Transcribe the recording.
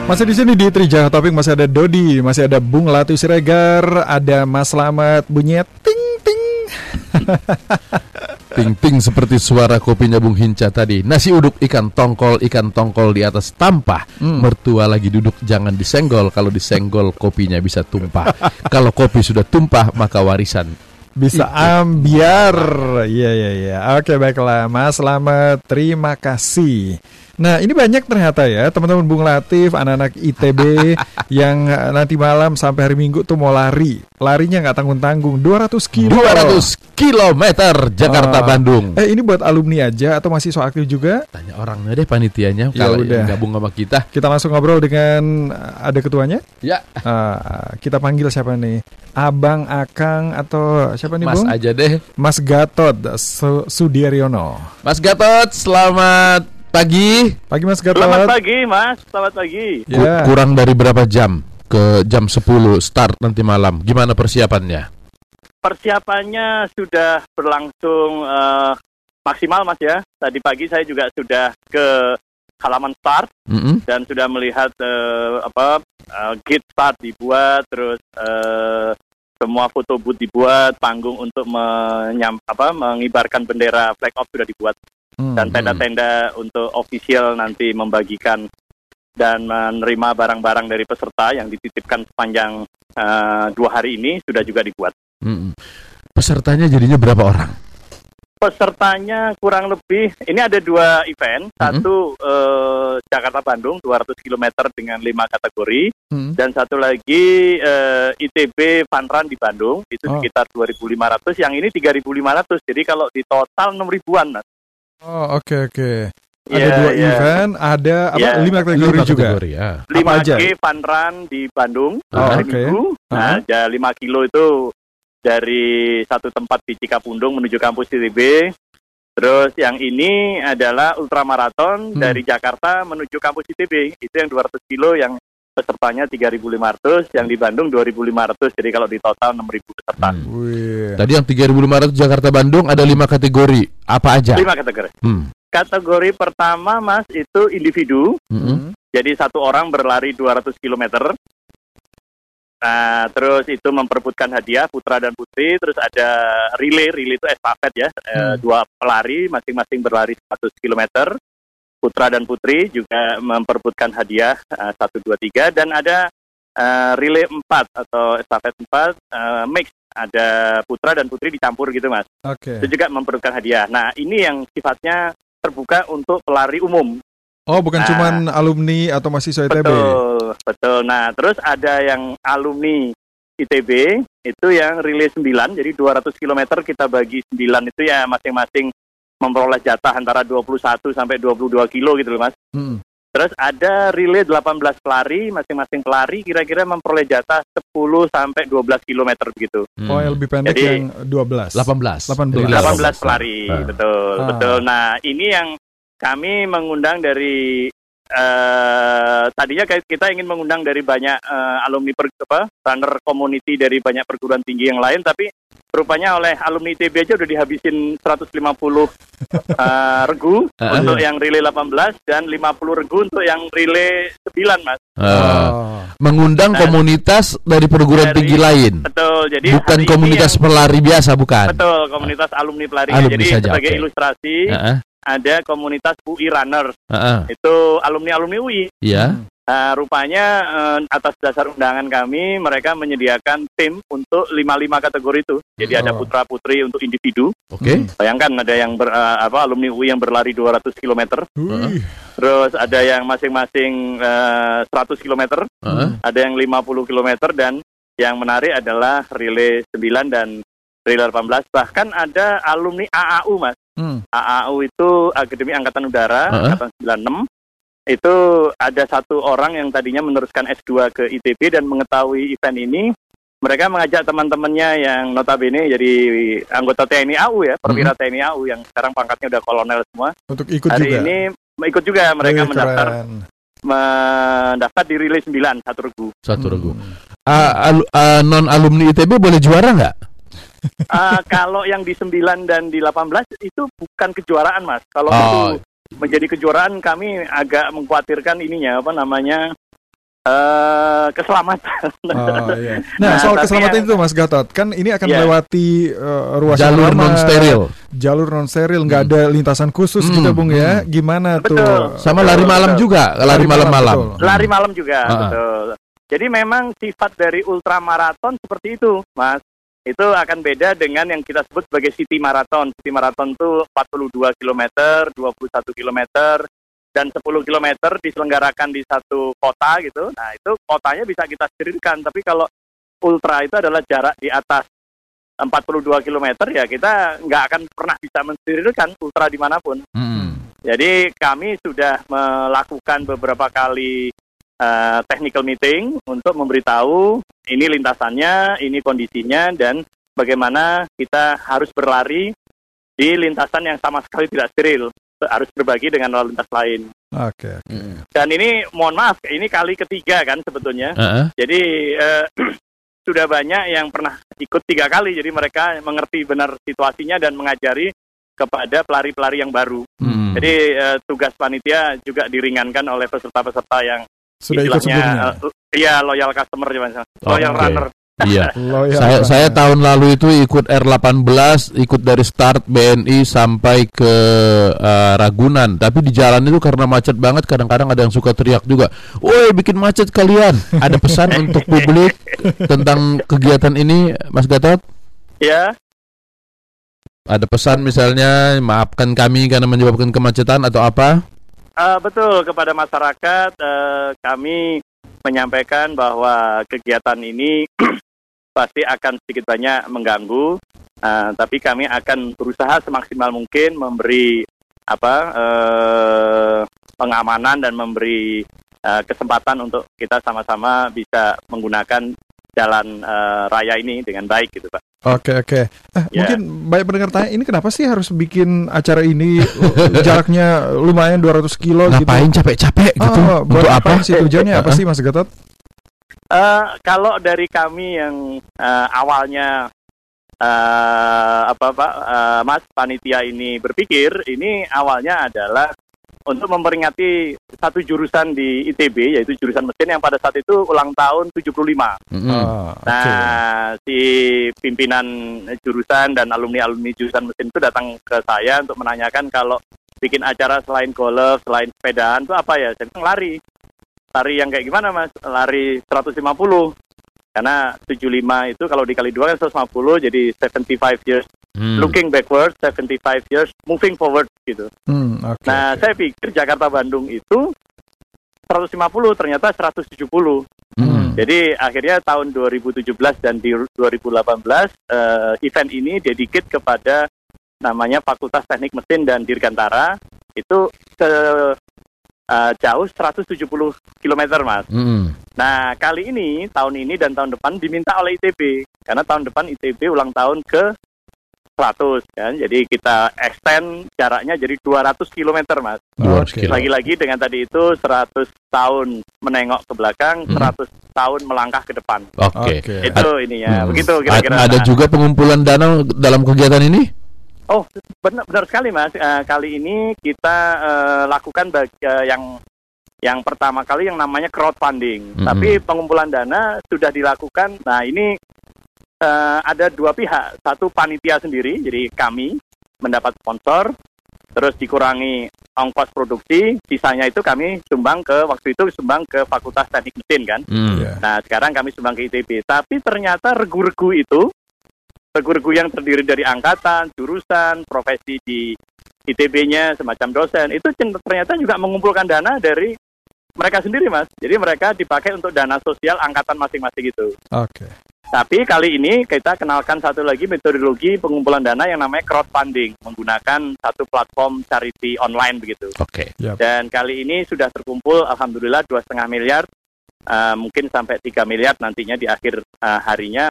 Masih di sini di Trijah Topik, masih ada Dodi, masih ada Bung Latu Siregar, ada Mas Slamet bunyinya ting ting. Ting ting seperti suara kopinya Bung Hinca tadi. Nasi uduk ikan tongkol di atas tampah. Mertua lagi duduk jangan disenggol, kalau disenggol kopinya bisa tumpah. Kalau kopi sudah tumpah maka warisan Bisa ambiar. Iya. Oke, baiklah Mas Slamet, terima kasih. Nah, ini banyak ternyata ya teman-teman Bung Latif, anak-anak ITB yang nanti malam sampai hari Minggu tuh mau lari. Larinya nggak tanggung-tanggung, 200 kilo. 200 kilometer Jakarta-Bandung. Ini buat alumni aja atau mahasiswa aktif juga? Tanya orangnya deh, panitianya Ya kalau udah. yang gabung sama kita. Kita langsung ngobrol dengan ada ketuanya. Ya, Kita panggil siapa nih? Abang, Akang, atau siapa nih Mas Bung? aja deh. Mas Gatot Sudiryono. Mas Gatot, selamat pagi. Pagi Mas Gatot. Selamat pagi, Mas. Selamat pagi. Ya. Kurang dari berapa jam ke jam 10 start nanti malam? Gimana persiapannya? Persiapannya sudah berlangsung maksimal, Mas ya. Tadi pagi saya juga sudah ke halaman start dan sudah melihat gate start dibuat, terus semua foto booth dibuat, panggung untuk mengibarkan bendera flag off sudah dibuat. Dan tenda-tenda untuk official nanti membagikan dan menerima barang-barang dari peserta yang dititipkan sepanjang 2 hari ini sudah juga dibuat. Pesertanya jadinya berapa orang? Pesertanya kurang lebih, ini ada 2 event, satu Jakarta-Bandung 200 km dengan 5 kategori, dan satu lagi ITB Fun Run di Bandung, itu sekitar 2.500, yang ini 3.500, jadi kalau di total 6.000-an, Mas. Oh, oke. Ada 2 event, ada 5 kategori juga. 5G Fun Run di Bandung hari Minggu. Nah, 5 kilo itu dari satu tempat di Cikapundung menuju kampus ITB. Terus yang ini adalah ultramaraton dari Jakarta menuju kampus ITB. Itu yang 200 kilo yang pesertanya 3.500, yang di Bandung 2.500. Jadi kalau di total 6.000 peserta. Tadi yang 3.500 Jakarta-Bandung ada 5 kategori. Apa aja? 5 kategori. Kategori pertama, Mas, itu individu. Jadi satu orang berlari 200 km. Nah, terus itu memperebutkan hadiah putra dan putri. Terus ada relay itu estafet ya. 2 pelari masing-masing berlari 100 km. Putra dan putri juga memperebutkan hadiah 1, 2, 3. Dan ada relay 4 atau estafet 4 mix. Ada putra dan putri dicampur gitu, Mas. Itu juga memperebutkan hadiah. Nah, ini yang sifatnya terbuka untuk pelari umum. Oh, bukan cuman alumni atau mahasiswa ITB. Betul. Nah, terus ada yang alumni ITB, itu yang relay 9, jadi 200 km kita bagi 9 itu ya masing-masing memperoleh jatah antara 21 sampai 22 kilo gitu loh, Mas. Terus ada relay 18 pelari, masing-masing pelari kira-kira memperoleh jatah 10 sampai 12 km begitu. Yang lebih pendek jadi, yang 12. 18 pelari, betul. Nah, ini yang kami mengundang dari tadinya kita ingin mengundang dari banyak alumni runner community dari banyak perguruan tinggi yang lain, tapi rupanya oleh alumni ITB aja udah dihabisin 150 regu untuk yang relay 18 dan 50 regu untuk yang relay 9, Mas. Mengundang komunitas dari perguruan tinggi lain. Betul, jadi bukan komunitas pelari biasa, bukan. Betul, komunitas alumni pelari. Jadi saja, sebagai ilustrasi ada komunitas UI Runners. Itu alumni UI. Iya. Rupanya atas dasar undangan kami, mereka menyediakan tim untuk 5 kategori itu. Jadi ada putra-putri untuk individu. Bayangkan ada yang alumni UI yang berlari 200 km. Terus ada yang masing-masing 100 km. Ada yang 50 km. Dan yang menarik adalah relay 9 dan relay 18. Bahkan ada alumni AAU, Mas. AAU itu Akademi Angkatan Udara, Angkatan 96. Itu ada 1 orang yang tadinya meneruskan S2 ke ITB dan mengetahui event ini. Mereka mengajak teman-temannya yang notabene jadi anggota TNI AU ya, perwira TNI AU yang sekarang pangkatnya udah kolonel semua. Untuk ikut Hari juga. ini ikut juga mereka mendaftar di relay 9, 1 regu. 1 regu. Non alumni ITB boleh juara nggak? Kalau yang di 9 dan di 18 itu bukan kejuaraan, Mas. Kalau itu menjadi kejuaraan, kami agak mengkhawatirkan Keselamatan. Oh, iya. Nah, soal keselamatan itu Mas Gatot, kan ini akan melewati ruas jalur non steril. Jalur non steril, nggak ada lintasan khusus gitu Bung ya. Gimana betul. tuh? Sama lari malam juga, lari malam-malam. Lari malam juga, betul. Jadi memang sifat dari ultramaraton seperti itu, Mas. Itu akan beda dengan yang kita sebut sebagai city marathon. City marathon itu 42 km, 21 km, dan 10 km diselenggarakan di satu kota gitu. Nah, itu kotanya bisa kita sterilkan. Tapi kalau ultra itu adalah jarak di atas 42 km, ya kita nggak akan pernah bisa mensterilkan ultra dimanapun. Jadi kami sudah melakukan beberapa kali technical meeting untuk memberitahu ini lintasannya, ini kondisinya, dan bagaimana kita harus berlari di lintasan yang sama sekali tidak steril, harus berbagi dengan lalu lintas lain. Oke. Dan ini mohon maaf, ini kali ketiga kan sebetulnya. Jadi sudah banyak yang pernah ikut 3 kali, jadi mereka mengerti benar situasinya dan mengajari kepada pelari-pelari yang baru. Jadi tugas panitia juga diringankan oleh peserta-peserta yang sudah ikut sebelumnya. Iya, loyal customer, loyal runner. Iya. Saya tahun lalu itu ikut R18, ikut dari start BNI sampai ke Ragunan. Tapi di jalan itu karena macet banget, kadang-kadang ada yang suka teriak juga. Woi, bikin macet kalian. Ada pesan untuk publik tentang kegiatan ini, Mas Gatot? Ya. Ada pesan misalnya, maafkan kami karena menyebabkan kemacetan atau apa? Betul, kepada masyarakat kami menyampaikan bahwa kegiatan ini pasti akan sedikit banyak mengganggu, tapi kami akan berusaha semaksimal mungkin memberi pengamanan dan memberi kesempatan untuk kita sama-sama bisa menggunakan jalan raya ini dengan baik gitu, Pak. Oke. Mungkin banyak pendengar tanya, ini kenapa sih harus bikin acara ini jaraknya lumayan 200 kilo gitu? Ngapain capek-capek gitu? Untuk apa sih tujuannya? Apa sih Mas Gatot? Kalau dari kami yang awalnya Mas panitia ini berpikir, ini awalnya adalah untuk memperingati satu jurusan di ITB, yaitu jurusan mesin yang pada saat itu ulang tahun 75. Nah, si pimpinan jurusan dan alumni-alumni jurusan mesin itu datang ke saya untuk menanyakan kalau bikin acara selain golf, selain sepedaan itu apa ya? Saya bilang lari. Lari yang kayak gimana, Mas? Lari 150. Karena 75 itu kalau dikali 2 kan 150, jadi 75 years. Looking backward, 75 years, moving forward gitu. Saya pikir Jakarta-Bandung itu 150, ternyata 170. Jadi akhirnya tahun 2017 dan di 2018 event ini dedicate kepada namanya Fakultas Teknik Mesin dan Dirgantara. Itu jauh 170 km, Mas. Nah, kali ini, tahun ini dan tahun depan diminta oleh ITB. Karena tahun depan ITB ulang tahun ke 100 kan. Jadi kita extend jaraknya jadi 200 km, Mas. Lagi-lagi dengan tadi itu 100 tahun menengok ke belakang, 100 tahun melangkah ke depan. Itu ininya. Begitu kira-kira. Ada juga pengumpulan dana dalam kegiatan ini? Oh, benar sekali, Mas. Kali ini kita lakukan yang pertama kali yang namanya crowdfunding. Tapi pengumpulan dana sudah dilakukan. Nah, ini ada 2 pihak. Satu panitia sendiri, jadi kami mendapat sponsor, terus dikurangi ongkos produksi, sisanya itu kami sumbang waktu itu sumbang ke Fakultas Teknik Mesin kan. Nah, sekarang kami sumbang ke ITB. Tapi ternyata regu-regu yang terdiri dari angkatan, jurusan, profesi di ITB-nya, semacam dosen, itu ternyata juga mengumpulkan dana dari mereka sendiri, Mas. Jadi mereka dipakai untuk dana sosial angkatan masing-masing itu. Tapi kali ini kita kenalkan satu lagi metodologi pengumpulan dana yang namanya crowdfunding, menggunakan satu platform charity online begitu. Dan kali ini sudah terkumpul, alhamdulillah 2,5 miliar, mungkin sampai 3 miliar nantinya di akhir harinya.